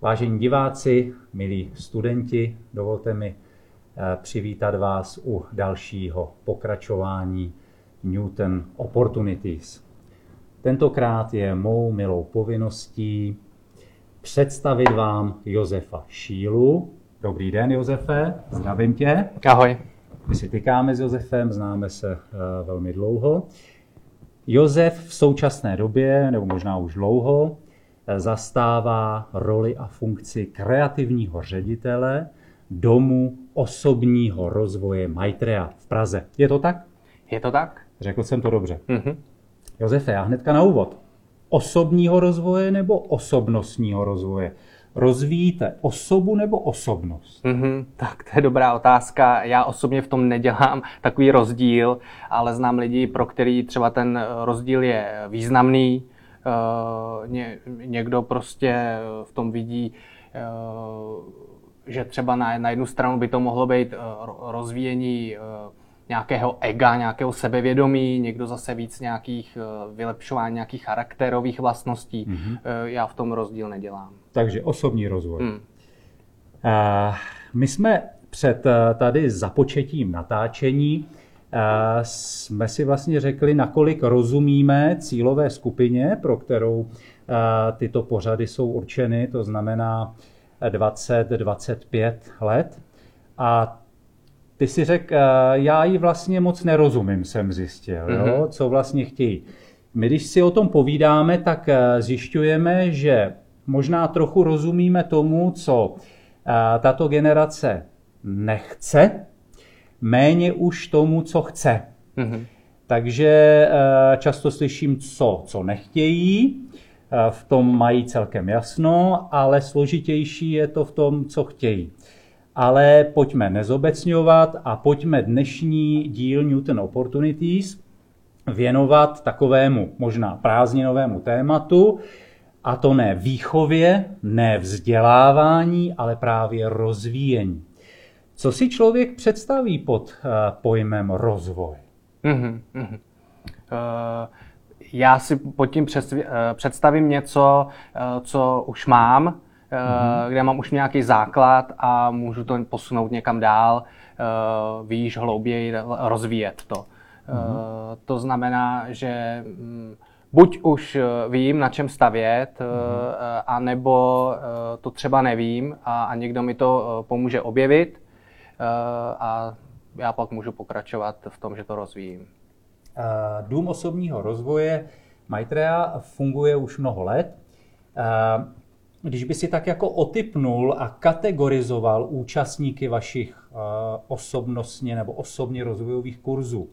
Vážení diváci, milí studenti, dovolte mi přivítat vás u dalšího pokračování Newton Opportunities. Tentokrát je mou milou povinností představit vám Josefa Šílu. Dobrý den, Josefe, zdravím tě. Ahoj. My si tykáme s Josefem, známe se velmi dlouho. Josef v současné době, nebo možná už dlouho, zastává roli a funkci kreativního ředitele Domu osobního rozvoje Maitreya v Praze. Je to tak? Je to tak? Řekl jsem to dobře. Josefe, já hnedka na úvod. Osobního rozvoje nebo osobnostního rozvoje? Rozvíjíte osobu nebo osobnost? Tak to je dobrá otázka. Já osobně v tom nedělám takový rozdíl, ale znám lidi, pro který třeba ten rozdíl je významný. Někdo prostě v tom vidí, že třeba na jednu stranu by to mohlo být rozvíjení nějakého ega, nějakého sebevědomí, někdo zase víc nějakých vylepšování nějakých charakterových vlastností. Já v tom rozdíl nedělám. Takže osobní rozvoj. My jsme před tady započetím natáčení jsme si vlastně řekli, nakolik rozumíme cílové skupině, pro kterou tyto pořady jsou určeny, to znamená 20-25 let. A ty si řekl, já jí vlastně moc nerozumím, jsem zjistil, jo? Co vlastně chtějí. My, když si o tom povídáme, tak zjišťujeme, že možná trochu rozumíme tomu, co tato generace nechce, méně už tomu, co chce. Takže často slyším, co nechtějí, v tom mají celkem jasno, ale složitější je to v tom, co chtějí. Ale pojďme nezobecňovat a pojďme dnešní díl Newton Opportunities věnovat takovému možná prázdninovému tématu, a to ne výchově, ne vzdělávání, ale právě rozvíjení. Co si člověk představí pod pojmem rozvoj? Já si pod tím představím něco, co už mám, kde mám už nějaký základ a můžu to posunout někam dál, výš, hlouběji, rozvíjet to. To znamená, že buď už vím, na čem stavět, anebo to třeba nevím a někdo mi to pomůže objevit a já pak můžu pokračovat v tom, že to rozvíjím. Dům osobního rozvoje Maitreya funguje už mnoho let. Když by si tak jako otipnul a kategorizoval účastníky vašich osobnostně nebo osobně rozvojových kurzů,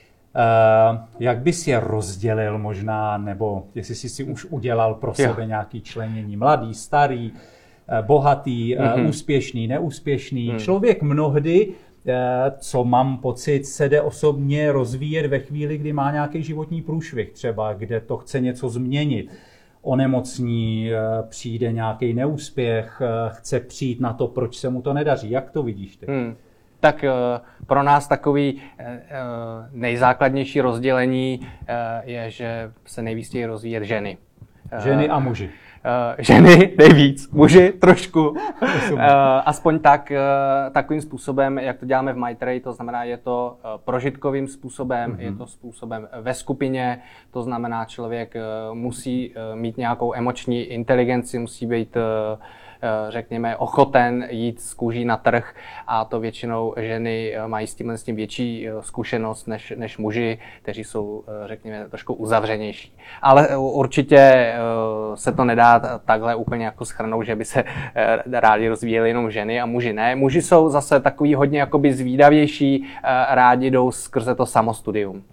jak bys je rozdělil možná, nebo jestli jsi si už udělal pro sebe nějaké členění? Mladý, starý, bohatý, úspěšný, neúspěšný. Člověk mnohdy, co mám pocit, se jde osobně rozvíjet ve chvíli, kdy má nějaký životní průšvih, třeba kde to chce něco změnit. Onemocní, přijde nějaký neúspěch, chce přijít na to, proč se mu to nedaří. Jak to vidíš ty? Tak pro nás takový nejzákladnější rozdělení je, že se nejvíc chtějí rozvíjet ženy. Ženy a muži. Ženy nejvíc, muži trošku. Aspoň takovým způsobem, jak to děláme v Maitreyi, to znamená, je to prožitkovým způsobem, je to způsobem ve skupině, to znamená, člověk musí mít nějakou emoční inteligenci, musí být, řekněme, ochoten jít z kůží na trh a to většinou ženy mají s tím větší zkušenost než muži, kteří jsou, řekněme, trošku uzavřenější. Ale určitě se to nedá takhle úplně jako shrnout, že by se rádi rozvíjeli jenom ženy a muži ne. Muži jsou zase takový hodně jakoby zvídavější, rádi jdou skrze to samostudium.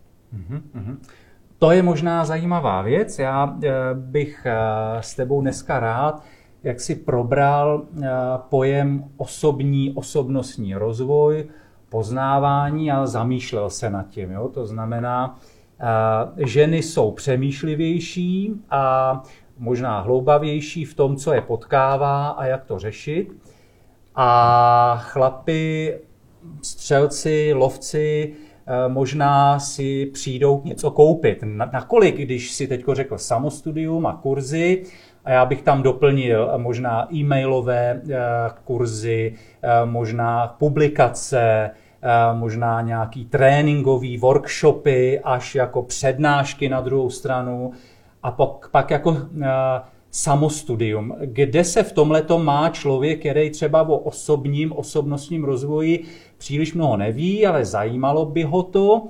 To je možná zajímavá věc. Já bych s tebou dneska rád, jak jsi probral pojem osobnostní rozvoj, poznávání a zamýšlel se nad tím. Jo? To znamená, ženy jsou přemýšlivější a možná hloubavější v tom, co je potkává a jak to řešit. A chlapi, střelci, lovci možná si přijdou něco koupit. Nakolik, když si teď řekl samostudium a kurzy, A já bych tam doplnil možná e-mailové kurzy, možná publikace, možná nějaký tréninkový workshopy, až jako přednášky na druhou stranu a pak jako samostudium, kde se v tomhletom má člověk, který třeba o osobnostním rozvoji příliš mnoho neví, ale zajímalo by ho to,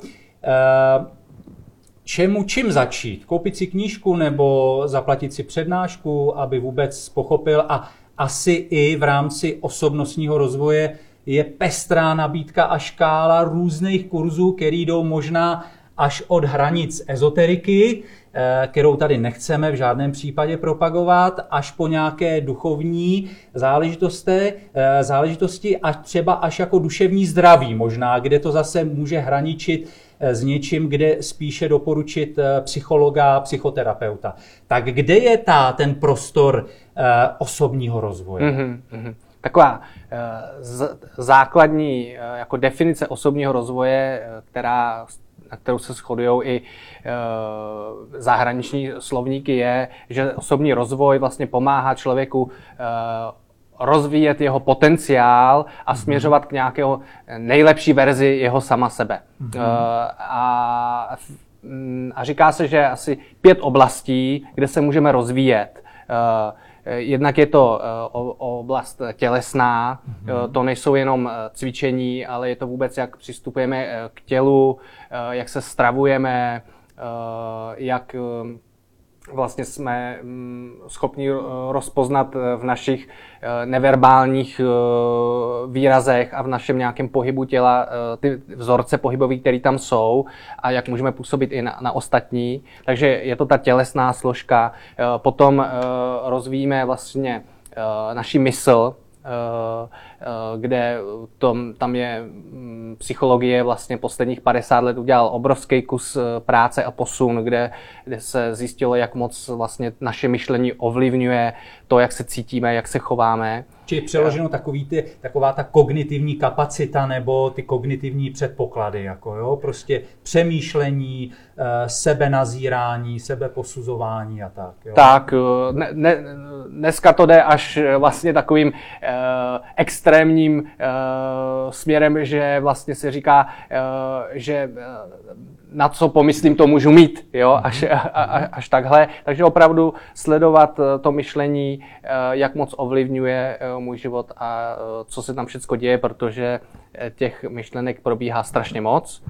čím začít? Koupit si knížku nebo zaplatit si přednášku, aby vůbec pochopil, a asi i v rámci osobnostního rozvoje je pestrá nabídka a škála různých kurzů, které jdou možná až od hranic ezoteriky, kterou tady nechceme v žádném případě propagovat, až po nějaké duchovní záležitosti a třeba až jako duševní zdraví možná, kde to zase může hraničit s něčím, kde spíše doporučit psychologa, psychoterapeuta. Tak kde je ten prostor osobního rozvoje? Taková základní jako definice osobního rozvoje, na kterou se shodují i zahraniční slovníky, je, že osobní rozvoj vlastně pomáhá člověku rozvíjet jeho potenciál a směřovat k nějakého nejlepší verzi jeho sama sebe. A říká se, že asi 5 oblastí, kde se můžeme rozvíjet. Jednak je to oblast tělesná, to nejsou jenom cvičení, ale je to vůbec, jak přistupujeme k tělu, jak se stravujeme, jak vlastně jsme schopni rozpoznat v našich neverbálních výrazech a v našem nějakém pohybu těla ty vzorce pohybový, které tam jsou a jak můžeme působit i na ostatní. Takže je to ta tělesná složka. Potom rozvíjíme vlastně naši mysl, kde tam je psychologie vlastně posledních 50 let udělal obrovský kus práce a posun, kde se zjistilo, jak moc vlastně naše myšlení ovlivňuje to, jak se cítíme, jak se chováme. Či přeloženo taková ta kognitivní kapacita nebo ty kognitivní předpoklady, jako jo, prostě přemýšlení, sebenazírání, sebeposuzování a tak. Jo. Tak, dneska to jde až vlastně takovým extrémním směrem, že vlastně se říká, že na co pomyslím, to můžu mít, jo, až takhle. Takže opravdu sledovat to myšlení, jak moc ovlivňuje můj život a co se tam všecko děje, protože těch myšlenek probíhá strašně moc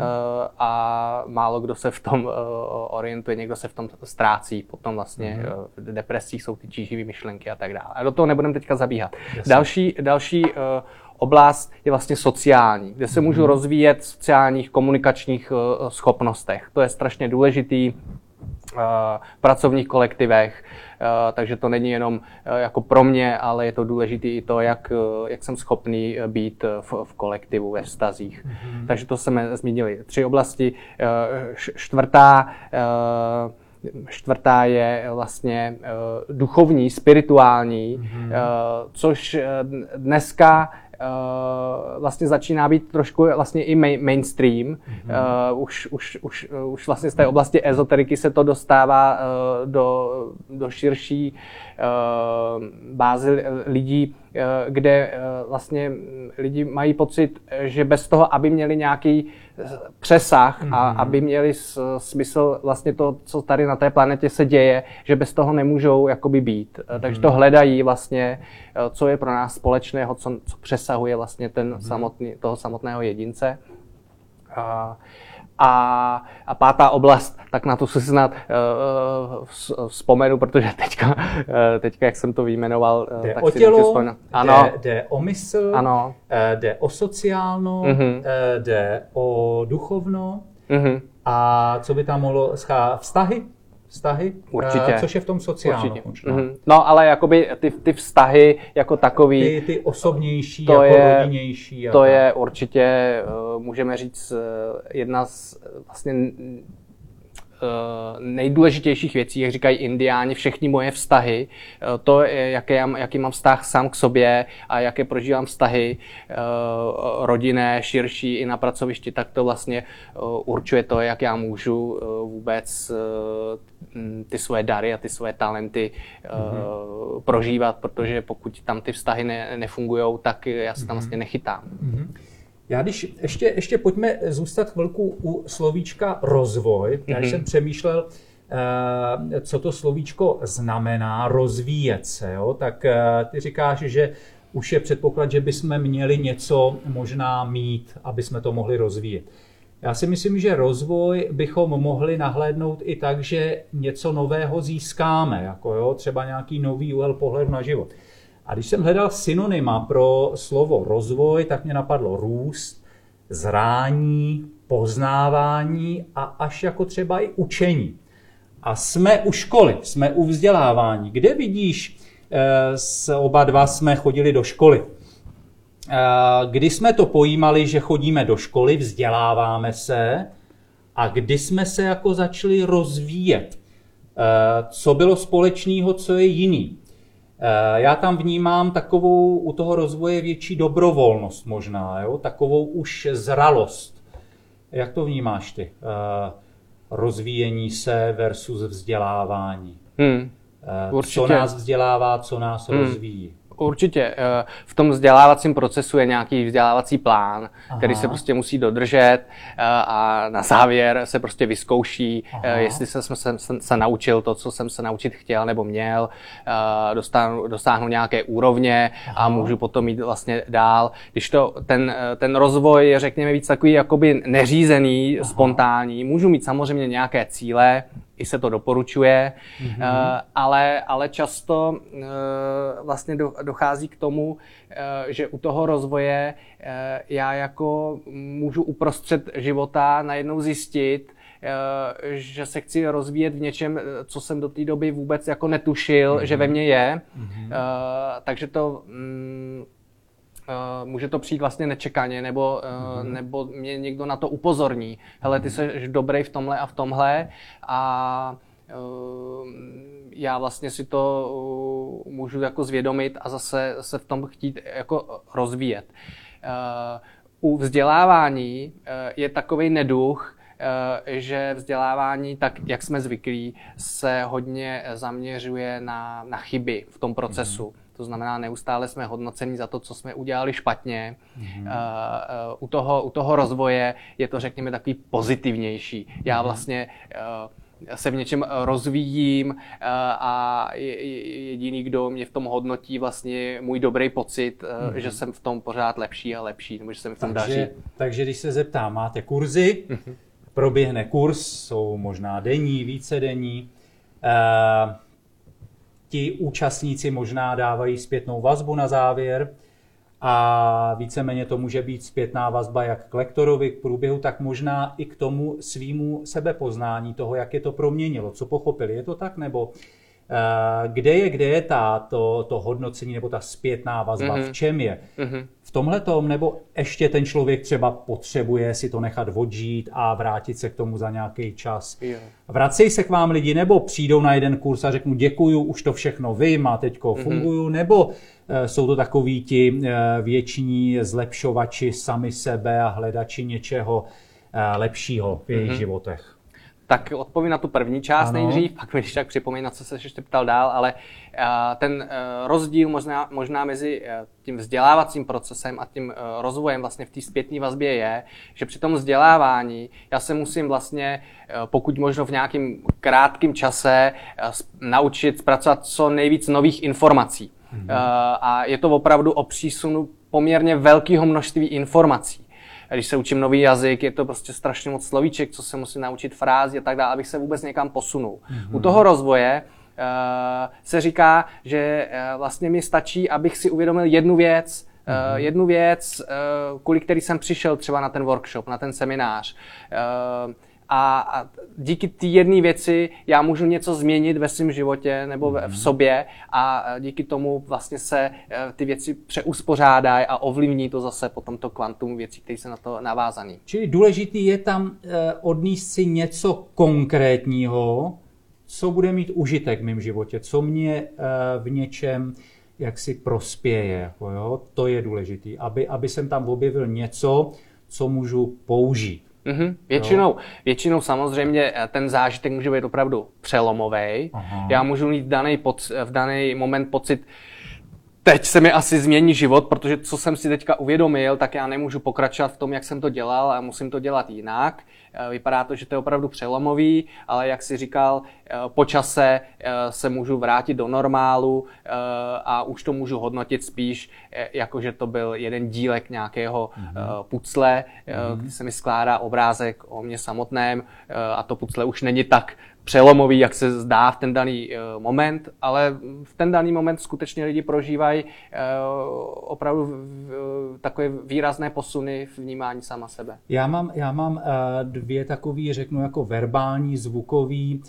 a málo kdo se v tom orientuje, někdo se v tom ztrácí, potom vlastně v depresích jsou ty tíživé myšlenky a tak dále. A do toho nebudeme teďka zabíhat. Další oblast je vlastně sociální, kde se můžu rozvíjet v sociálních komunikačních schopnostech. To je strašně důležitý v pracovních kolektivech, takže to není jenom jako pro mě, ale je to důležitý i to, jak jsem schopný být v kolektivu, ve vztazích. Takže to jsme zmínili 3 oblasti. Čtvrtá je vlastně duchovní, spirituální, což dneska vlastně začíná být trošku vlastně i mainstream. Už vlastně z té oblasti ezoteriky se to dostává do širší bázy lidí, kde vlastně lidi mají pocit, že bez toho, aby měli nějaký přesah a aby měli smysl vlastně to, co tady na té planetě se děje, že bez toho nemůžou jakoby být. Takže to hledají vlastně, co je pro nás společného, co přesahuje vlastně toho samotného jedince. A 5. oblast, tak na to si snad vzpomenu, protože teďka, jak jsem to vyjmenoval, jde tak o si tělo, vzpomenu. Ano. Jde o mysl, ano. Jde o sociálno, jde o duchovno a co by tam mohlo vztahy, určitě. Což je v tom sociálno. No, ale jakoby ty vztahy jako takový... Ty osobnější, jako rodinnější. To je určitě, můžeme říct, jedna z vlastně nejdůležitějších věcí, jak říkají Indiáni, všechny moje vztahy, to, jaký mám vztah sám k sobě a jaké prožívám vztahy rodinné, širší i na pracovišti, tak to vlastně určuje to, jak já můžu vůbec ty svoje dary a ty svoje talenty prožívat, protože pokud tam ty vztahy nefungují, tak já se tam vlastně nechytám. Já když ještě pojďme zůstat chvilku u slovíčka rozvoj. Já když jsem přemýšlel, co to slovíčko znamená rozvíjet se, jo? Tak ty říkáš, že už je předpoklad, že bychom měli něco možná mít, aby jsme to mohli rozvíjet. Já si myslím, že rozvoj bychom mohli nahlédnout i tak, že něco nového získáme, jako jo, třeba nějaký nový úhel pohledu na život. A když jsem hledal synonyma pro slovo rozvoj, tak mě napadlo růst, zrání, poznávání a až jako třeba i učení. A jsme u školy, jsme u vzdělávání. Kde vidíš, oba dva jsme chodili do školy. Kdy jsme to pojímali, že chodíme do školy, vzděláváme se a kdy jsme se jako začali rozvíjet. Co bylo společného, co je jiný. Já tam vnímám takovou u toho rozvoje větší dobrovolnost možná, jo? Takovou už zralost. Jak to vnímáš ty? Rozvíjení se versus vzdělávání. Co nás vzdělává, co nás rozvíjí. Určitě. V tom vzdělávacím procesu je nějaký vzdělávací plán, který se prostě musí dodržet a na závěr se prostě vyzkouší, jestli jsem se naučil to, co jsem se naučit chtěl nebo měl, dosáhnu nějaké úrovně a můžu potom jít vlastně dál. Když ten rozvoj je, řekněme, víc takový jakoby neřízený, spontánní, můžu mít samozřejmě nějaké cíle, i se to doporučuje, ale často vlastně dochází k tomu, že u toho rozvoje já jako můžu uprostřed života najednou zjistit, že se chci rozvíjet v něčem, co jsem do té doby vůbec jako netušil, že ve mně je. Takže to může to přijít vlastně nečekaně, nebo mě někdo na to upozorní. Hele, ty jsi dobrý v tomhle a v tomhle a já vlastně si to můžu jako zvědomit a zase se v tom chtít jako rozvíjet. U vzdělávání je takovej neduch, že vzdělávání, tak jak jsme zvyklí, se hodně zaměřuje na chyby v tom procesu. To znamená, neustále jsme hodnoceni za to, co jsme udělali špatně. U toho rozvoje je to, řekněme, takový pozitivnější. Já vlastně se v něčem rozvíjím a jediný, kdo mě v tom hodnotí, vlastně můj dobrý pocit, že jsem v tom pořád lepší a lepší, nebo že se mi v tom daří. Takže když se zeptám, máte kurzy, proběhne kurz, jsou možná denní, vícedenní, ti účastníci možná dávají zpětnou vazbu na závěr a víceméně to může být zpětná vazba jak k lektorovi, k průběhu, tak možná i k tomu svýmu sebepoznání toho, jak je to proměnilo, co pochopili. Je to tak? Nebo kde je to hodnocení nebo ta zpětná vazba? V čem je? V tomhletom? Nebo ještě ten člověk třeba potřebuje si to nechat odžít a vrátit se k tomu za nějaký čas? Vracejí se k vám lidi nebo přijdou na jeden kurz a řeknu děkuju, už to všechno vím a teďko funguju? Nebo jsou to takoví ti věční zlepšovači sami sebe a hledači něčeho lepšího v jejich životech? Tak odpovím na tu první část nejdřív, pak když tak připomín, na co se ještě ptal dál, ale ten rozdíl možná mezi tím vzdělávacím procesem a tím rozvojem vlastně v té zpětné vazbě je, že při tom vzdělávání já se musím vlastně, pokud možno v nějakém krátkém čase, naučit zpracovat co nejvíc nových informací. A je to opravdu o přísunu poměrně velkého množství informací. Když se učím nový jazyk, je to prostě strašně moc slovíček, co se musím naučit, frázi a tak dále, abych se vůbec někam posunul. U toho rozvoje se říká, že vlastně mi stačí, abych si uvědomil jednu věc, kvůli který jsem přišel třeba na ten workshop, na ten seminář. a díky té jedné věci já můžu něco změnit ve svém životě nebo v sobě a díky tomu vlastně se ty věci přeuspořádají a ovlivní to zase potom to kvantum věcí, které jsou na to navázané. Čili důležitý je tam odníst si něco konkrétního, co bude mít užitek v mém životě, co mě v něčem jaksi prospěje. Jo? To je důležitý, aby jsem tam objevil něco, co můžu použít. Většinou samozřejmě ten zážitek může být opravdu přelomový. Já můžu mít v daný moment pocit, teď se mi asi změní život, protože co jsem si teďka uvědomil, tak já nemůžu pokračovat v tom, jak jsem to dělal a musím to dělat jinak. Vypadá to, že to je opravdu přelomový, ale jak si říkal, po čase se můžu vrátit do normálu a už to můžu hodnotit spíš, jako že to byl jeden dílek nějakého pucle, kdy se mi skládá obrázek o mně samotném a to pucle už není tak přelomový, jak se zdá v ten daný moment, ale v ten daný moment skutečně lidi prožívají opravdu takové výrazné posuny v vnímání sama sebe. Já mám dvě takový, řeknu, jako verbální, zvukový,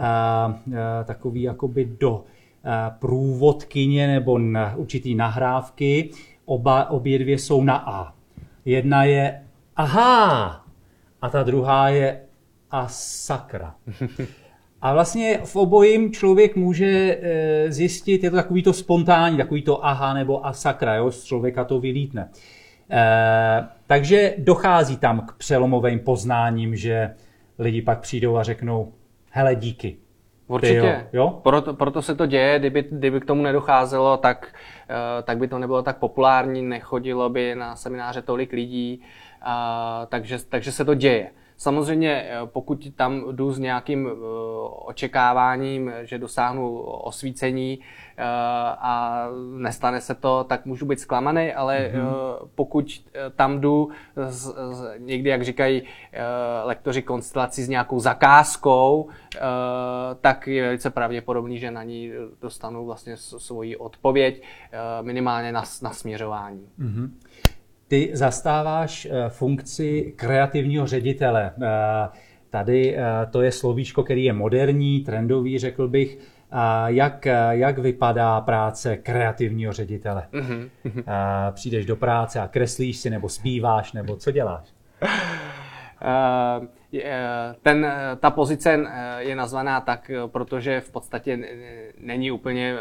takový jakoby do průvodkyně nebo určitý nahrávky. Obě dvě jsou na A. Jedna je aha a ta druhá je a sakra. A vlastně v obojím člověk může zjistit, je to takový to spontánní, takový to aha nebo a sakra, jo, z člověka to vylítne. Takže dochází tam k přelomovým poznáním, že lidi pak přijdou a řeknou, hele, díky. Určitě. Jo? Proto se to děje, kdyby k tomu nedocházelo, tak by to nebylo tak populární, nechodilo by na semináře tolik lidí, takže se to děje. Samozřejmě, pokud tam jdu s nějakým očekáváním, že dosáhnu osvícení a nestane se to, tak můžu být zklamaný, ale pokud tam jdu někdy, jak říkají lektoři, konstelací s nějakou zakázkou, tak je velice pravděpodobný, že na ní dostanu vlastně svoji odpověď, minimálně na směřování. Ty zastáváš funkci kreativního ředitele. Tady to je slovíčko, který je moderní, trendový, řekl bych. Jak vypadá práce kreativního ředitele? Přijdeš do práce a kreslíš si, nebo zpíváš, nebo co děláš? Ta pozice je nazvaná tak, protože v podstatě není úplně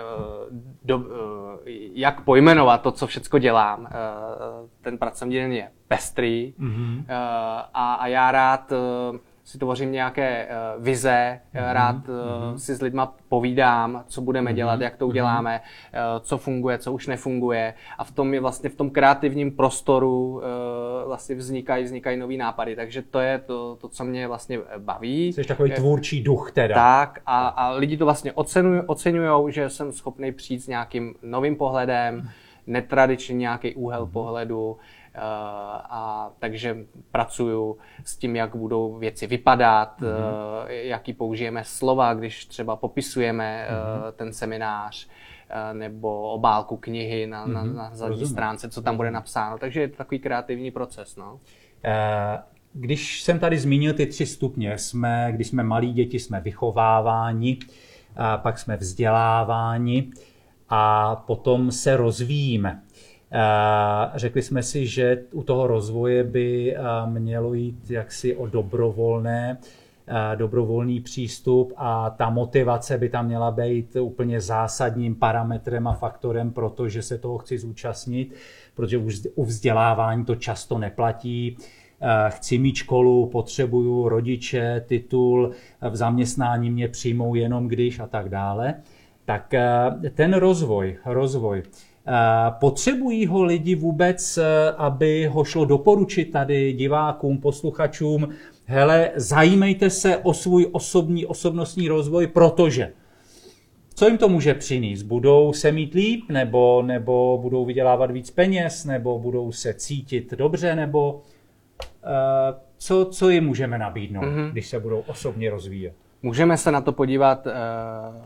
jak pojmenovat to, co všecko dělám. Ten pracovní den je pestrý a já rád si tvořím nějaké vize, rád si s lidma povídám, co budeme dělat, jak to uděláme, co funguje, co už nefunguje. A v tom je vlastně v tom kreativním prostoru vlastně vznikají nový nápady. Takže to je to, co mě vlastně baví. Jsi takový tvůrčí duch teda. Tak a lidi to vlastně oceňujou, že jsem schopný přijít s nějakým novým pohledem, netradičně nějaký úhel pohledu. A takže pracuju s tím, jak budou věci vypadat, jaký použijeme slova, když třeba popisujeme ten seminář, nebo obálku knihy na zadní stránce, co tam bude napsáno. Takže je to takový kreativní proces. No. Když jsem tady zmínil ty 3 stupně, když jsme malí děti, jsme vychováváni, pak jsme vzděláváni a potom se rozvíjíme. Řekli jsme si, že u toho rozvoje by mělo jít jaksi o dobrovolný přístup a ta motivace by tam měla být úplně zásadním parametrem a faktorem, protože se toho chci zúčastnit, protože u vzdělávání to často neplatí. Chci mít školu, potřebuju rodiče, titul, v zaměstnání mě přijmou jenom když a tak dále. Tak ten rozvoj. Potřebují ho lidi vůbec, aby ho šlo doporučit tady divákům, posluchačům? Hele, zajímejte se o svůj osobnostní rozvoj, protože co jim to může přinést? Budou se mít líp, nebo budou vydělávat víc peněz, nebo budou se cítit dobře, nebo co jim můžeme nabídnout, když se budou osobně rozvíjet? Můžeme se na to podívat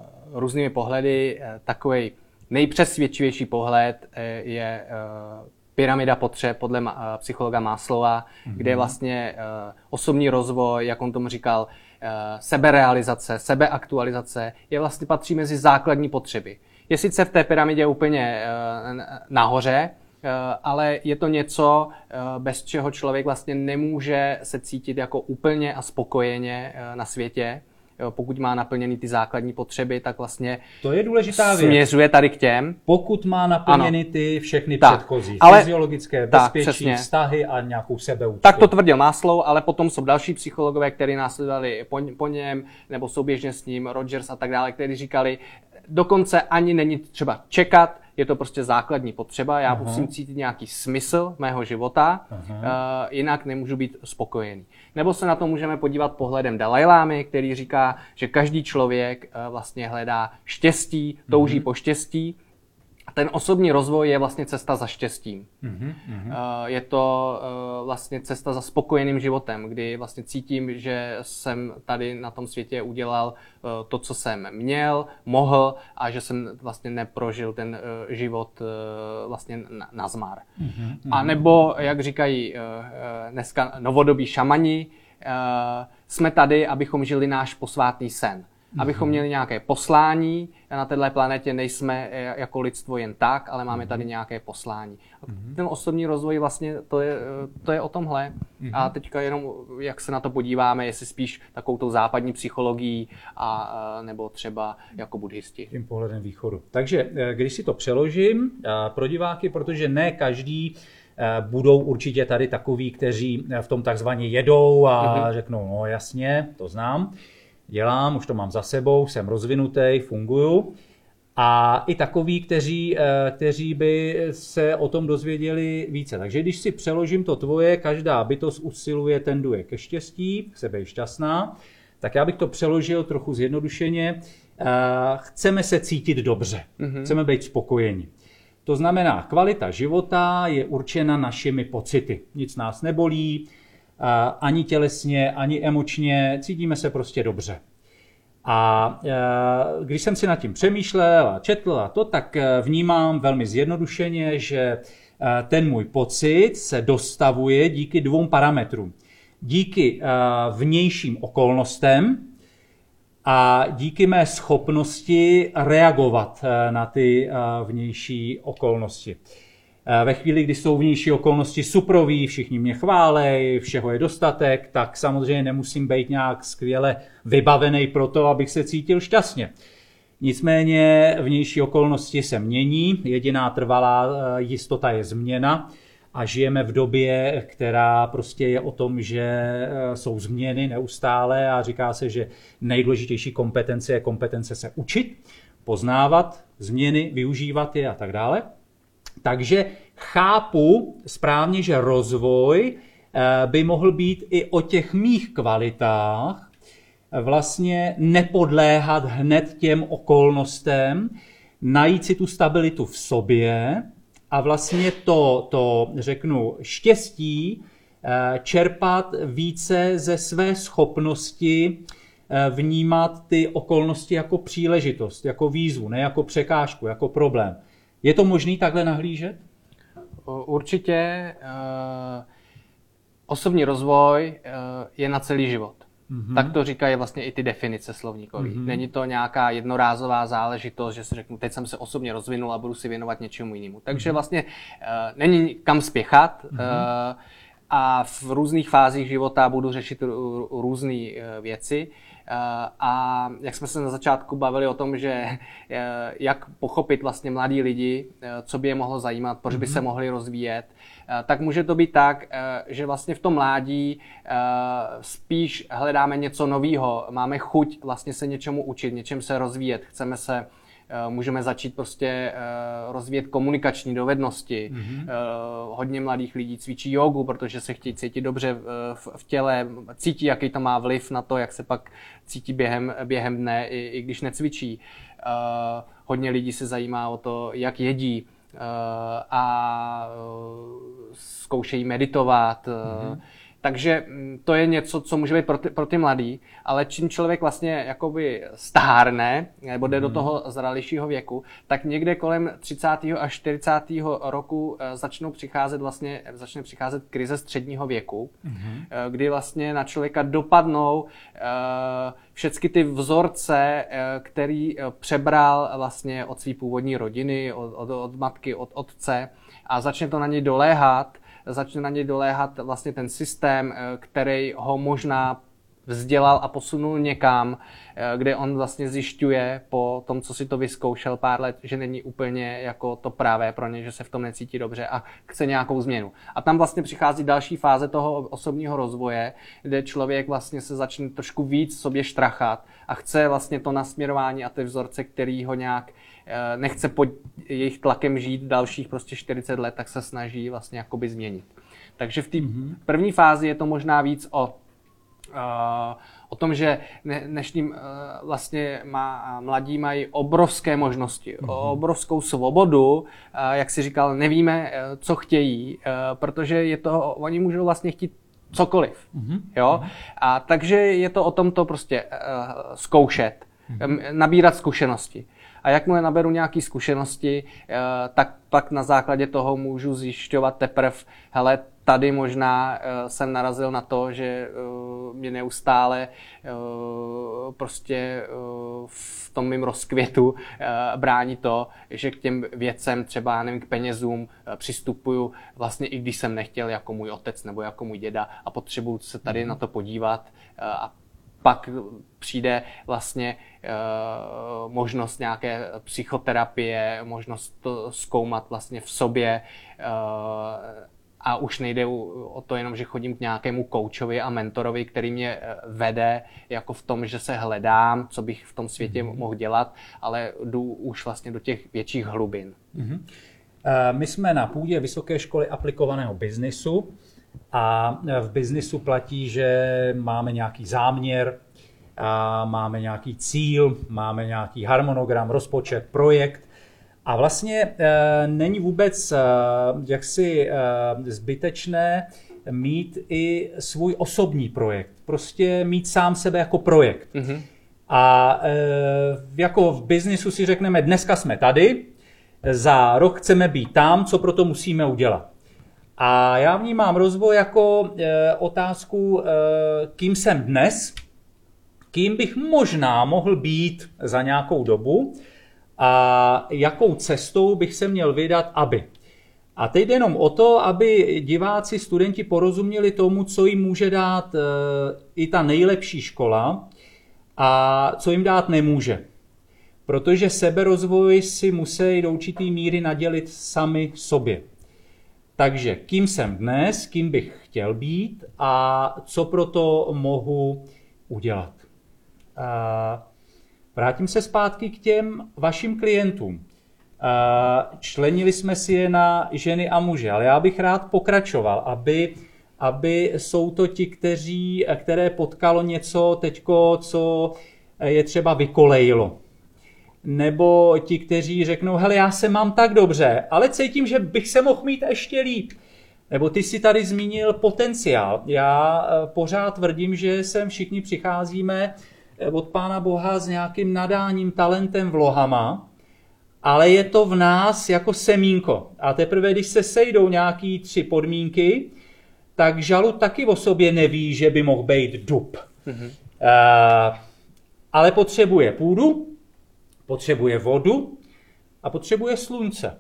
různými pohledy. Takový nejpřesvědčivější pohled je pyramida potřeb podle psychologa Maslowa, kde je vlastně osobní rozvoj, jak on tomu říkal, seberealizace, sebeaktualizace, je vlastně patří mezi základní potřeby. Je sice v té pyramidě úplně nahoře, ale je to něco, bez čeho člověk vlastně nemůže se cítit jako úplně a spokojeně na světě. Pokud má naplněny ty základní potřeby, tak vlastně to je důležitá věc. Směřuje tady k těm. Pokud má naplněny ty všechny předchozí, fyziologické, bezpečí, vztahy a nějakou sebeúctu. Tak to tvrdil Maslow, ale potom jsou další psychologové, kteří následovali po něm, nebo souběžně s ním, Rogers a tak dále, kteří říkali, dokonce ani není třeba čekat, je to prostě základní potřeba, já musím cítit nějaký smysl mého života, jinak nemůžu být spokojený. Nebo se na to můžeme podívat pohledem Dalajlámy, který říká, že každý člověk vlastně hledá štěstí, touží po štěstí. Ten osobní rozvoj je vlastně cesta za štěstím. Je to vlastně cesta za spokojeným životem, kdy vlastně cítím, že jsem tady na tom světě udělal to, co jsem měl, mohl a že jsem vlastně neprožil ten život vlastně nazmar. A nebo, jak říkají dneska novodobí šamani, jsme tady, abychom žili náš posvátný sen. Abychom měli nějaké poslání, na této planetě nejsme jako lidstvo jen tak, ale máme tady nějaké poslání. A ten osobní rozvoj vlastně to je o tomhle. A teďka jenom, jak se na to podíváme, jestli spíš takovou tou západní psychologií a nebo třeba jako buddhisti. Tím pohledem východu. Takže když si to přeložím pro diváky, protože ne každý budou určitě tady takoví, kteří v tom takzvaně jedou a řeknou, no jasně, to znám. Dělám, už to mám za sebou, jsem rozvinutý, funguju. A i takoví, kteří by se o tom dozvěděli více. Takže když si přeložím to tvoje, každá bytost usiluje, tenduje ke štěstí, k sebe je šťastná, tak já bych to přeložil trochu zjednodušeně. Chceme se cítit dobře, chceme být spokojeni. To znamená, kvalita života je určena našimi pocity. Nic nás nebolí, ani tělesně, ani emočně, cítíme se prostě dobře. A když jsem si nad tím přemýšlel a četl a to, tak vnímám velmi zjednodušeně, že ten můj pocit se dostavuje díky 2 parametrům. Díky vnějším okolnostem a díky mé schopnosti reagovat na ty vnější okolnosti. Ve chvíli, kdy jsou vnější okolnosti suprový, všichni mě chválej, všeho je dostatek, tak samozřejmě nemusím být nějak skvěle vybavený pro to, abych se cítil šťastně. Nicméně vnější okolnosti se mění, jediná trvalá jistota je změna a žijeme v době, která prostě je o tom, že jsou změny neustále a říká se, že nejdůležitější kompetence je kompetence se učit, poznávat změny, využívat je a tak dále. Takže chápu správně, že rozvoj by mohl být i o těch mých kvalitách, vlastně nepodléhat hned těm okolnostem, najít si tu stabilitu v sobě a vlastně to řeknu, štěstí čerpat více ze své schopnosti vnímat ty okolnosti jako příležitost, jako výzvu, ne jako překážku, jako problém. Je to možný takhle nahlížet? Určitě. Osobní rozvoj je na celý život. Tak to říkají vlastně i ty definice slovníkové. Není to nějaká jednorázová záležitost, že si řeknu, teď jsem se osobně rozvinul a budu si věnovat něčemu jinému. Takže vlastně není kam spěchat a v různých fázích života budu řešit různé věci. A jak jsme se na začátku bavili o tom, že jak pochopit vlastně mladí lidi, co by je mohlo zajímat, proč by se mohli rozvíjet, tak může to být tak, že vlastně v tom mládí spíš hledáme něco nového, máme chuť vlastně se něčemu učit, něčem se rozvíjet, můžeme začít prostě rozvíjet komunikační dovednosti. Hodně mladých lidí cvičí jogu, protože se chtějí cítit dobře v těle, cítí, jaký to má vliv na to, jak se pak cítí během dne, i když necvičí. Hodně lidí se zajímá o to, jak jedí a zkoušejí meditovat. Takže to je něco, co může být pro ty mladý, ale čím člověk vlastně jakoby stárne, nebo jde do toho zralějšího věku, tak někde kolem 30. až 40. roku začne přicházet krize středního věku, kdy vlastně na člověka dopadnou všechny ty vzorce, který přebral vlastně od své původní rodiny, od matky, od otce, a začne to na něj doléhat vlastně ten systém, který ho možná vzdělal a posunul někam, kde on vlastně zjišťuje po tom, co si to vyzkoušel pár let, že není úplně jako to pravé pro ně, že se v tom necítí dobře a chce nějakou změnu. A tam vlastně přichází další fáze toho osobního rozvoje, kde člověk vlastně se začne trošku víc sobě štrachat a chce vlastně to nasměrování a ty vzorce, který ho nějak nechce pod jejich tlakem žít dalších prostě 40 let, tak se snaží vlastně jakoby změnit. Takže v té první fázi je to možná víc o tom, že dnešním vlastně mladí mají obrovské možnosti, obrovskou svobodu, jak si říkal, nevíme, co chtějí, protože oni můžou vlastně chtít cokoliv. Jo? A takže je to o tom to prostě zkoušet, nabírat zkušenosti. A jakmile naberu nějaké zkušenosti, tak pak na základě toho můžu zjišťovat teprve, hele, tady možná jsem narazil na to, že mě neustále prostě v tom mým rozkvětu brání to, že k těm věcem, třeba nevím, k penězům přistupuju vlastně i když jsem nechtěl, jako můj otec nebo jako můj děda, a potřebuju se tady na to podívat a pak přijde vlastně možnost nějaké psychoterapie, možnost to zkoumat vlastně v sobě, a už nejde o to jenom, že chodím k nějakému koučovi a mentorovi, který mě vede jako v tom, že se hledám, co bych v tom světě mohl dělat, ale jdu už vlastně do těch větších hlubin. My jsme na půdě Vysoké školy aplikovaného biznisu a v biznisu platí, že máme nějaký záměr, a máme nějaký cíl, máme nějaký harmonogram, rozpočet, projekt. A vlastně není vůbec jaksi zbytečné mít i svůj osobní projekt. Prostě mít sám sebe jako projekt. A jako v biznisu si řekneme, dneska jsme tady, za rok chceme být tam, co pro to musíme udělat. A já vnímám rozvoj jako otázku, kým jsem dnes, kým bych možná mohl být za nějakou dobu a jakou cestou bych se měl vydat, aby. A teď jde jenom o to, aby diváci, studenti porozuměli tomu, co jim může dát i ta nejlepší škola a co jim dát nemůže. Protože seberozvoj si musí do určitý míry nadělit sami sobě. Takže kým jsem dnes, kým bych chtěl být a co pro to mohu udělat. Vrátím se zpátky k těm vašim klientům. Členili jsme si je na ženy a muže, ale já bych rád pokračoval, aby jsou to ti, které potkalo něco teďko, co je třeba vykolejilo. Nebo ti, kteří řeknou, hele, já se mám tak dobře, ale cítím, že bych se mohl mít ještě líp. Nebo ty jsi tady zmínil potenciál. Já pořád tvrdím, že sem všichni přicházíme od Pána Boha s nějakým nadáním, talentem, vlohama, ale je to v nás jako semínko. A teprve, když se sejdou nějaký 3 podmínky, tak žalud taky o sobě neví, že by mohl být dub. Ale potřebuje půdu, potřebuje vodu a potřebuje slunce.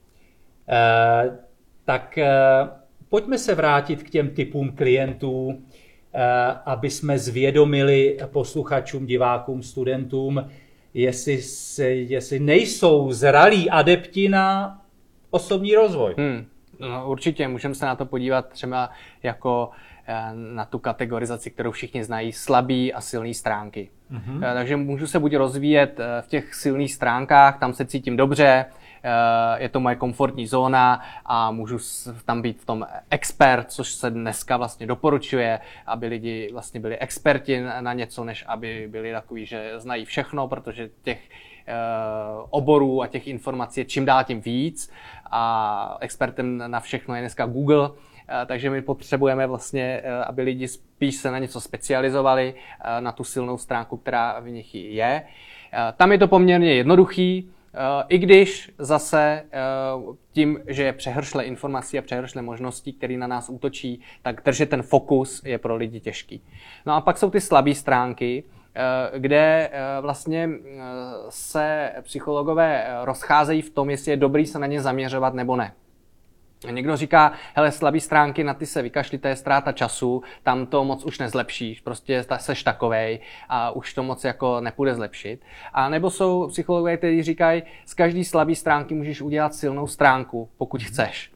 Tak pojďme se vrátit k těm typům klientů, aby jsme zvědomili posluchačům, divákům, studentům, jestli nejsou zralí adepti na osobní rozvoj. No, určitě, můžeme se na to podívat třeba jako na tu kategorizaci, kterou všichni znají, slabý a silný stránky. Takže můžu se buď rozvíjet v těch silných stránkách, tam se cítím dobře, je to moje komfortní zóna a můžu tam být v tom expert, což se dneska vlastně doporučuje, aby lidi vlastně byli experti na něco, než aby byli takový, že znají všechno, protože těch oborů a těch informací je čím dál tím víc a expertem na všechno je dneska Google. takže my potřebujeme vlastně, aby lidi spíš se na něco specializovali, na tu silnou stránku, která v nich je. Tam je to poměrně jednoduchý, i když zase tím, že je přehršle informací a přehršle možností, které na nás útočí, tak držet ten fokus je pro lidi těžký. No a pak jsou ty slabé stránky, kde vlastně se psychologové rozcházejí v tom, jestli je dobrý se na ně zaměřovat nebo ne. Někdo říká, hele, slabý stránky, na ty se vykašli, to je ztráta času, tam to moc už nezlepšíš, prostě seš takovej a už to moc jako nepůjde zlepšit. A nebo jsou psychologové, kteří říkají, z každý slabý stránky můžeš udělat silnou stránku, pokud chceš.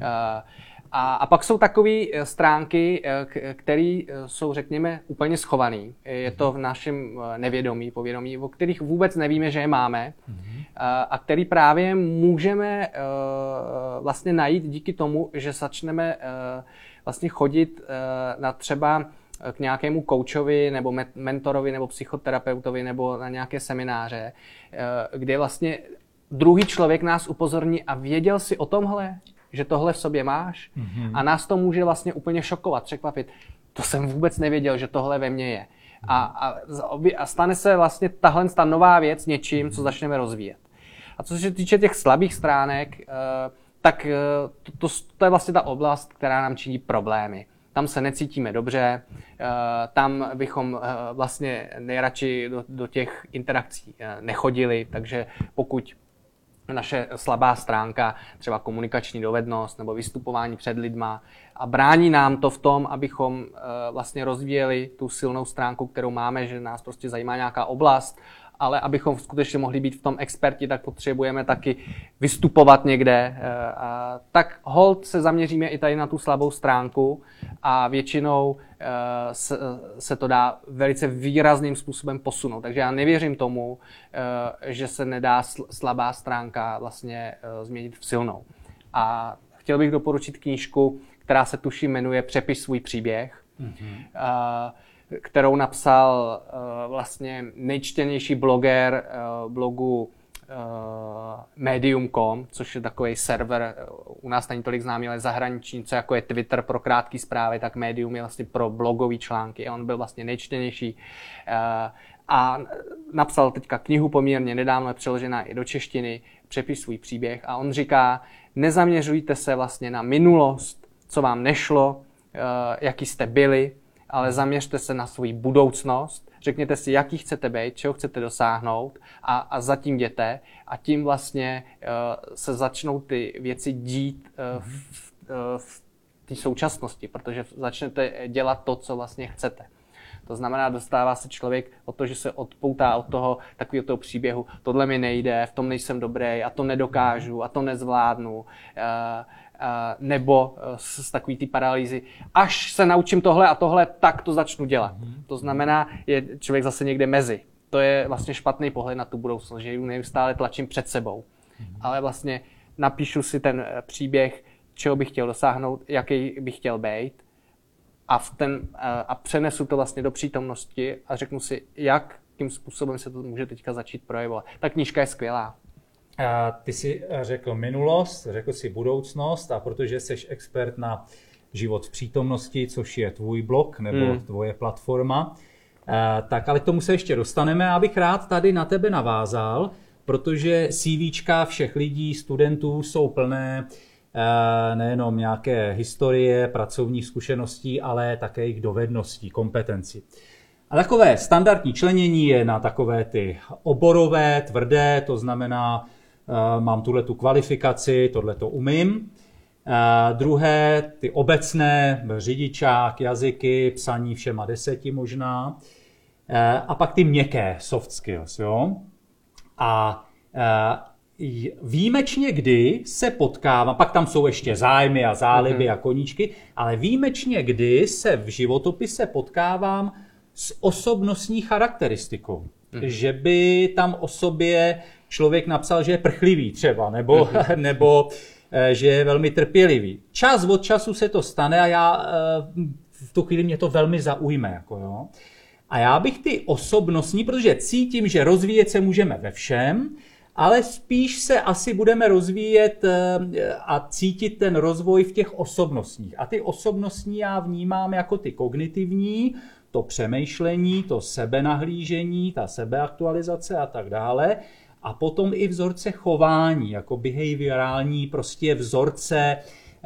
A pak jsou takové stránky, které jsou, řekněme, úplně schované. Je to v našem nevědomí, povědomí, o kterých vůbec nevíme, že je máme a který právě můžeme vlastně najít díky tomu, že začneme vlastně chodit na třeba k nějakému koučovi nebo mentorovi nebo psychoterapeutovi nebo na nějaké semináře, kde vlastně druhý člověk nás upozorní a věděl si o tomhle, že tohle v sobě máš a nás to může vlastně úplně šokovat, překvapit. To jsem vůbec nevěděl, že tohle ve mně je. A stane se vlastně tahle nová věc něčím, co začneme rozvíjet. A co se týče těch slabých stránek, tak to je vlastně ta oblast, která nám činí problémy. Tam se necítíme dobře, tam bychom vlastně nejradši do těch interakcí nechodili, takže pokud naše slabá stránka, třeba komunikační dovednost nebo vystupování před lidma a brání nám to v tom, abychom vlastně rozvíjeli tu silnou stránku, kterou máme, že nás prostě zajímá nějaká oblast, ale abychom skutečně mohli být v tom experti, tak potřebujeme taky vystupovat někde. Tak hold se zaměříme i tady na tu slabou stránku a většinou se to dá velice výrazným způsobem posunout. Takže já nevěřím tomu, že se nedá slabá stránka vlastně změnit v silnou. A chtěl bych doporučit knížku, která se tuším jmenuje Přepiš svůj příběh, kterou napsal vlastně nejčtenější bloger blogu Medium.com, což je takový server, u nás není tolik známý, ale zahraniční, co jako je Twitter pro krátké zprávy, tak Medium je vlastně pro blogové články. On byl vlastně nejčtenější a napsal teďka knihu poměrně nedávno, je přeložená i do češtiny, Přepiš svůj příběh a on říká, nezaměřujte se vlastně na minulost, co vám nešlo, jaký jste byli, ale zaměřte se na svou budoucnost, řekněte si, jaký chcete být, čeho chcete dosáhnout a zatím jděte a tím vlastně se začnou ty věci dít v té současnosti, protože začnete dělat to, co vlastně chcete. To znamená, dostává se člověk od toho, že se odpoutá od toho takového toho příběhu, tohle mi nejde, v tom nejsem dobrý a to nedokážu a to nezvládnu. Nebo z takový ty paralýzy. Až se naučím tohle a tohle, tak to začnu dělat. To znamená, je člověk zase někde mezi. To je vlastně špatný pohled na tu budoucnost, že ji neustále tlačím před sebou. Ale vlastně napíšu si ten příběh, čeho bych chtěl dosáhnout, jaký bych chtěl být a přenesu to vlastně do přítomnosti a řeknu si, jakým způsobem se to může teďka začít projevovat. Ta knížka je skvělá. Ty jsi řekl minulost, řekl jsi budoucnost a protože jsi expert na život v přítomnosti, což je tvůj blog nebo tvoje platforma, tak ale k tomu se ještě dostaneme. Já bych rád tady na tebe navázal, protože CVčka všech lidí, studentů jsou plné nejenom nějaké historie, pracovních zkušeností, ale také jejich dovedností, kompetencí. A takové standardní členění je na takové ty oborové, tvrdé, to znamená, mám tuhletu kvalifikaci, tohleto umím. Druhé, ty obecné, řidičák, jazyky, psaní všema 10 možná. A pak ty měkké, soft skills. Jo? A výjimečně kdy se potkávám, pak tam jsou ještě zájmy a záliby a koníčky, ale výjimečně kdy se v životopise potkávám s osobnostní charakteristikou. Že by tam o sobě člověk napsal, že je prchlivý třeba, nebo že je velmi trpělivý. Čas od času se to stane a já v tu chvíli mě to velmi zaujme. Jako jo. A já bych ty osobnostní, protože cítím, že rozvíjet se můžeme ve všem, ale spíš se asi budeme rozvíjet a cítit ten rozvoj v těch osobnostních. A ty osobnostní já vnímám jako ty kognitivní, to přemýšlení, to sebenahlížení, ta sebeaktualizace a tak dále. A potom i vzorce chování, jako behaviorální prostě vzorce,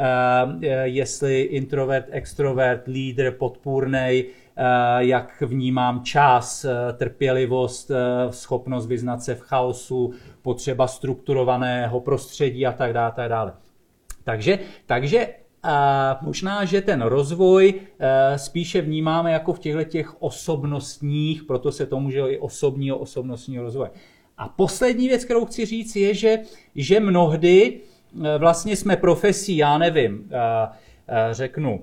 jestli introvert, extrovert, lídr, podpůrnej, jak vnímám čas, trpělivost, schopnost vyznat se v chaosu, potřeba strukturovaného prostředí a tak dále. Tak dále. Takže možná, že ten rozvoj spíše vnímáme jako v těchto osobnostních, proto se tomu může i osobnostního rozvoje. A poslední věc, kterou chci říct, je, že mnohdy vlastně jsme profesí, já nevím, řeknu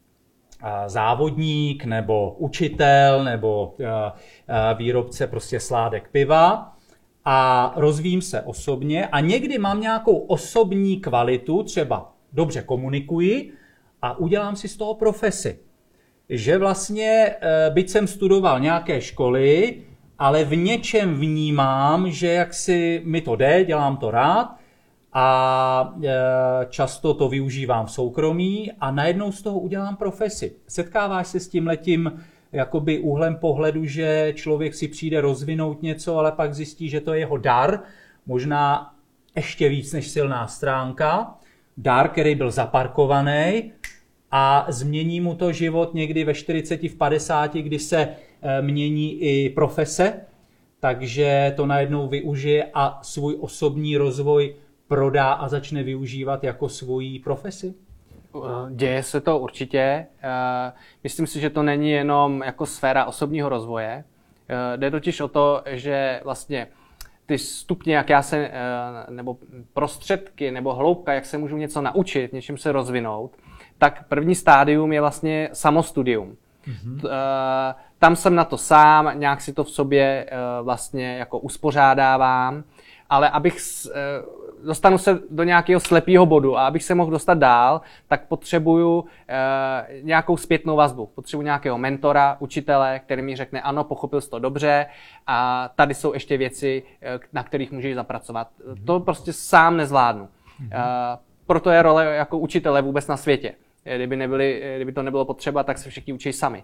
závodník nebo učitel nebo výrobce prostě sládek piva a rozvíjím se osobně a někdy mám nějakou osobní kvalitu, třeba dobře komunikuji a udělám si z toho profesi. Že vlastně, byť jsem studoval nějaké školy, ale v něčem vnímám, že jaksi mi to jde, dělám to rád a často to využívám v soukromí a najednou z toho udělám profesi. Setkáváš se s tímhletím jakoby úhlem pohledu, že člověk si přijde rozvinout něco, ale pak zjistí, že to je jeho dar, možná ještě víc než silná stránka, dar, který byl zaparkovaný a změní mu to život někdy ve 40, v 50, kdy se mění i profese, takže to najednou využije a svůj osobní rozvoj prodá a začne využívat jako svoji profesi? Děje se to určitě. Myslím si, že to není jenom jako sféra osobního rozvoje. Jde totiž o to, že vlastně ty stupně, jak já se, nebo prostředky, nebo hloubka, jak se můžu něco naučit, něčím se rozvinout, tak první stádium je vlastně samostudium. Mm-hmm. Tam jsem na to sám, nějak si to v sobě vlastně jako uspořádávám, ale abych dostanu se do nějakého slepého bodu a abych se mohl dostat dál, tak potřebuju nějakou zpětnou vazbu. Potřebuju nějakého mentora, učitele, který mi řekne, ano, pochopil jsi to dobře a tady jsou ještě věci, na kterých můžeš zapracovat. Mm-hmm. To prostě sám nezvládnu. Mm-hmm. Proto je role jako učitele vůbec na světě. Kdyby to nebylo potřeba, tak se všichni učí sami.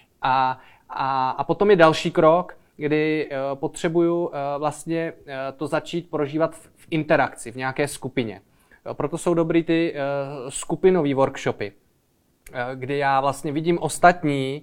A potom je další krok, kdy potřebuju vlastně to začít prožívat v interakci, v nějaké skupině. Proto jsou dobrý ty skupinové workshopy, kdy já vlastně vidím ostatní,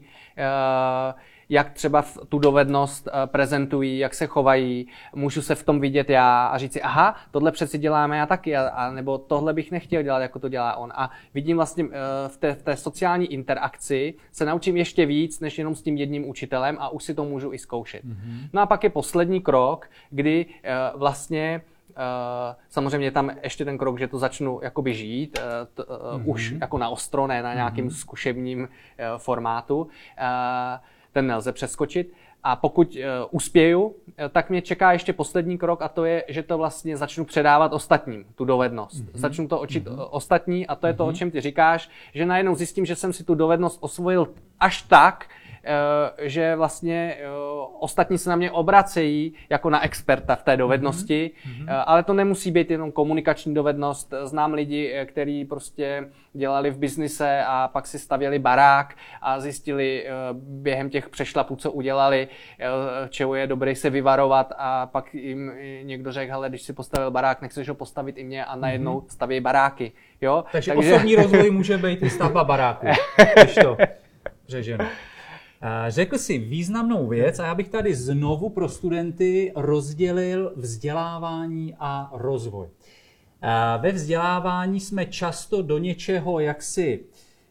jak třeba tu dovednost prezentují, jak se chovají, můžu se v tom vidět já a říct si, aha, tohle přeci děláme já taky, nebo tohle bych nechtěl dělat, jako to dělá on. A vidím vlastně v té sociální interakci se naučím ještě víc, než jenom s tím jedním učitelem a už si to můžu i zkoušet. Mm-hmm. No a pak je poslední krok, kdy vlastně samozřejmě tam ještě ten krok, že to začnu jakoby žít, už jako na ostro, ne na nějakým zkušebním formátu. Ten nelze přeskočit. A pokud uspěju, tak mě čeká ještě poslední krok a to je, že to vlastně začnu předávat ostatním, tu dovednost. Mm-hmm. Začnu to učit ostatní a to je to, o čem ty říkáš, že najednou zjistím, že jsem si tu dovednost osvojil až tak, že vlastně ostatní se na mě obracejí jako na experta v té dovednosti, ale to nemusí být jenom komunikační dovednost. Znám lidi, kteří prostě dělali v biznise a pak si stavěli barák a zjistili během těch přešlapů, co udělali, čeho je dobré se vyvarovat a pak jim někdo řekl, hele, když si postavil barák, nechceš ho postavit i mě a najednou staví baráky. Jo? Takže osobní rozvoj může být i stavba baráku, když to řeženo. Řekl jsi významnou věc a já bych tady znovu pro studenty rozdělil vzdělávání a rozvoj. Ve vzdělávání jsme často do něčeho jaksi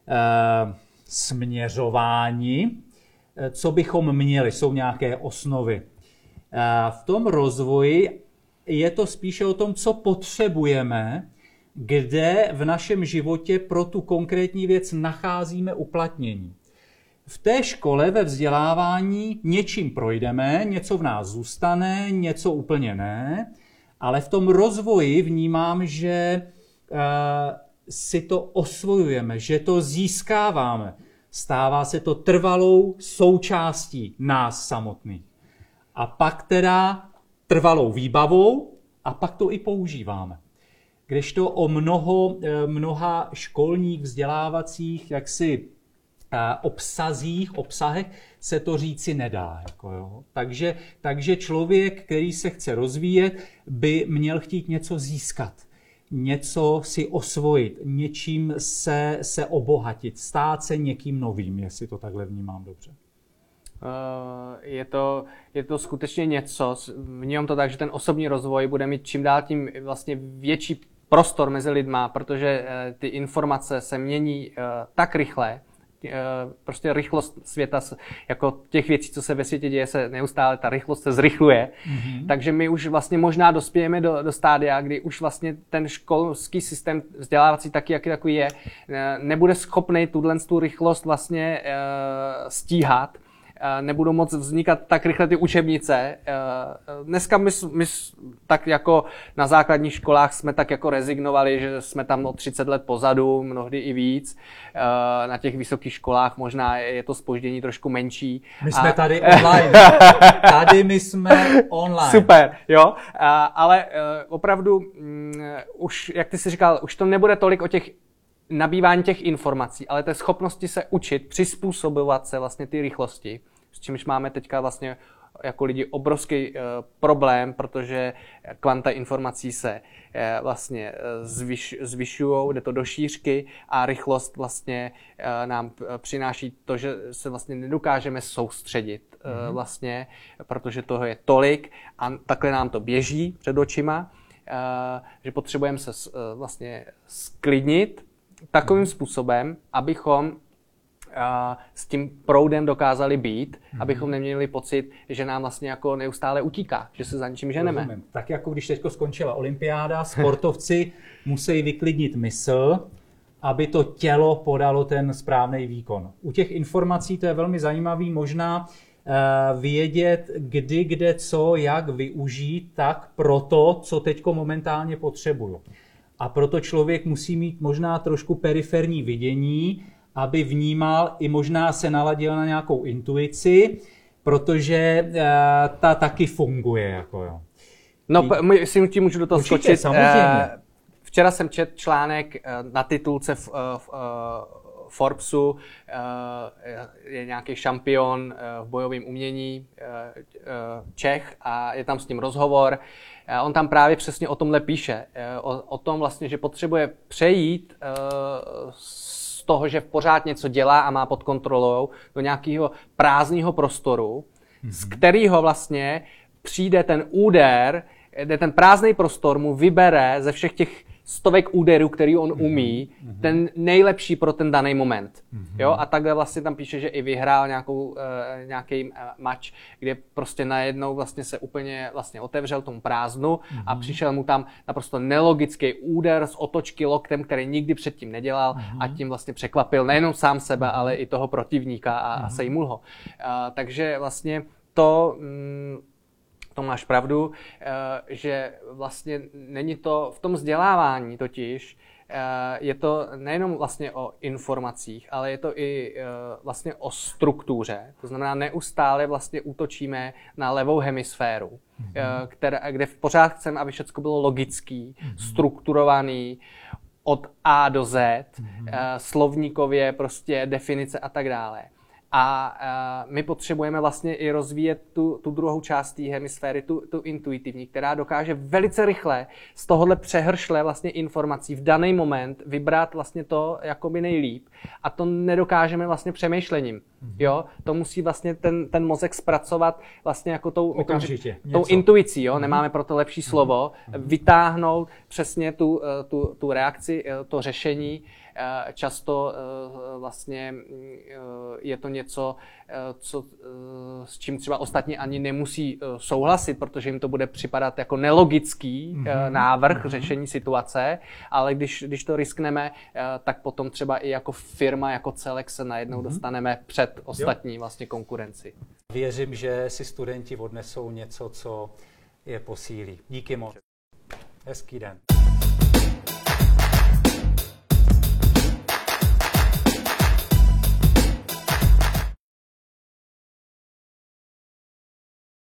směřováni, co bychom měli, jsou nějaké osnovy. V tom rozvoji je to spíše o tom, co potřebujeme, kde v našem životě pro tu konkrétní věc nacházíme uplatnění. V té škole ve vzdělávání něčím projdeme, něco v nás zůstane, něco úplně ne, ale v tom rozvoji vnímám, že si to osvojujeme, že to získáváme. Stává se to trvalou součástí nás samotných. A pak teda trvalou výbavou a pak to i používáme. Kdežto o mnoha školních vzdělávacích jaksi obsahech se to říci nedá. Jako jo. Takže člověk, který se chce rozvíjet, by měl chtít něco získat, něco si osvojit, něčím se obohatit, stát se někým novým, jestli to takhle vnímám dobře. Je to skutečně něco, vnímám to tak, že ten osobní rozvoj bude mít čím dál tím vlastně větší prostor mezi lidma, protože ty informace se mění tak rychle, prostě rychlost světa, jako těch věcí, co se ve světě děje, se neustále, ta rychlost se zrychluje. Mm-hmm. Takže my už vlastně možná dospějeme do stádia, kdy už vlastně ten školský systém vzdělávací taky, jaký takový je, nebude schopný tu rychlost vlastně stíhat. Nebudou moc vznikat tak rychle ty učebnice. Dneska my tak jako na základních školách jsme tak jako rezignovali, že jsme tam o 30 let pozadu, mnohdy i víc. Na těch vysokých školách možná je to zpoždění trošku menší. My jsme tady online. Tady my jsme online. Super, jo. Ale opravdu už, jak ty jsi říkal, už to nebude tolik o těch nabývání těch informací, ale té schopnosti se učit, přizpůsobovat se vlastně ty rychlosti, s čímž máme teďka vlastně jako lidi obrovský problém, protože kvanta informací se vlastně zvyšují, jde to do šířky a rychlost vlastně nám přináší to, že se vlastně nedokážeme soustředit vlastně, protože toho je tolik a takhle nám to běží před očima, že potřebujeme se vlastně sklidnit takovým způsobem, abychom s tím proudem dokázali být, abychom neměli pocit, že nám vlastně jako neustále utíká, že se za ničím ženeme. Rozumím. Tak jako když teďko skončila olympiáda, sportovci musí vyklidnit mysl, aby to tělo podalo ten správný výkon. U těch informací to je velmi zajímavý, možná vědět, kdy, kde, co, jak využít, tak pro to, co teďko momentálně potřebuju. A proto člověk musí mít možná trošku periferní vidění, aby vnímal i možná se naladil na nějakou intuici, protože ta taky funguje. Jako jo. No, si tím můžu do toho skočit. Samozřejmě. Včera jsem četl článek na titulce v Forbesu, je nějaký šampion v bojovém umění, Čech, a je tam s ním rozhovor. On tam právě přesně o tomhle píše. O tom vlastně, že potřebuje přejít z toho, že pořád něco dělá a má pod kontrolou, do nějakého prázdného prostoru, z kterého vlastně přijde ten úder, kde ten prázdný prostor mu vybere ze všech těch stovek úderů, který on umí, ten nejlepší pro ten daný moment. Jo? A takhle vlastně tam píše, že i vyhrál nějaký match, kde prostě najednou vlastně se úplně vlastně otevřel tomu prázdnu a přišel mu tam naprosto nelogický úder z otočky loktem, který nikdy předtím nedělal a tím vlastně překvapil nejenom sám sebe, ale i toho protivníka a sejmul ho. Takže vlastně to máš pravdu, že vlastně není to v tom vzdělávání totiž, je to nejenom vlastně o informacích, ale je to i vlastně o struktuře. To znamená, neustále vlastně útočíme na levou hemisféru, kde pořád chceme, aby všechno bylo logický, strukturovaný, od A do Z, slovníkově prostě definice a tak dále. A my potřebujeme vlastně i rozvíjet tu druhou část té hemisféry, tu intuitivní, která dokáže velice rychle z tohohle přehršle vlastně informací v daný moment vybrat vlastně to jakoby nejlíp. A to nedokážeme vlastně přemýšlením. Jo? To musí vlastně ten mozek zpracovat vlastně jako tou intuicí. Jo? Nemáme pro to lepší slovo. Vytáhnout přesně tu reakci, to řešení. Často vlastně je to něco, s čím třeba ostatní ani nemusí souhlasit, protože jim to bude připadat jako nelogický návrh řešení situace, ale když to riskneme, tak potom třeba i jako firma, jako celek se najednou dostaneme před ostatní vlastně konkurenci. Věřím, že si studenti odnesou něco, co je posílí. Díky moc. Hezký den.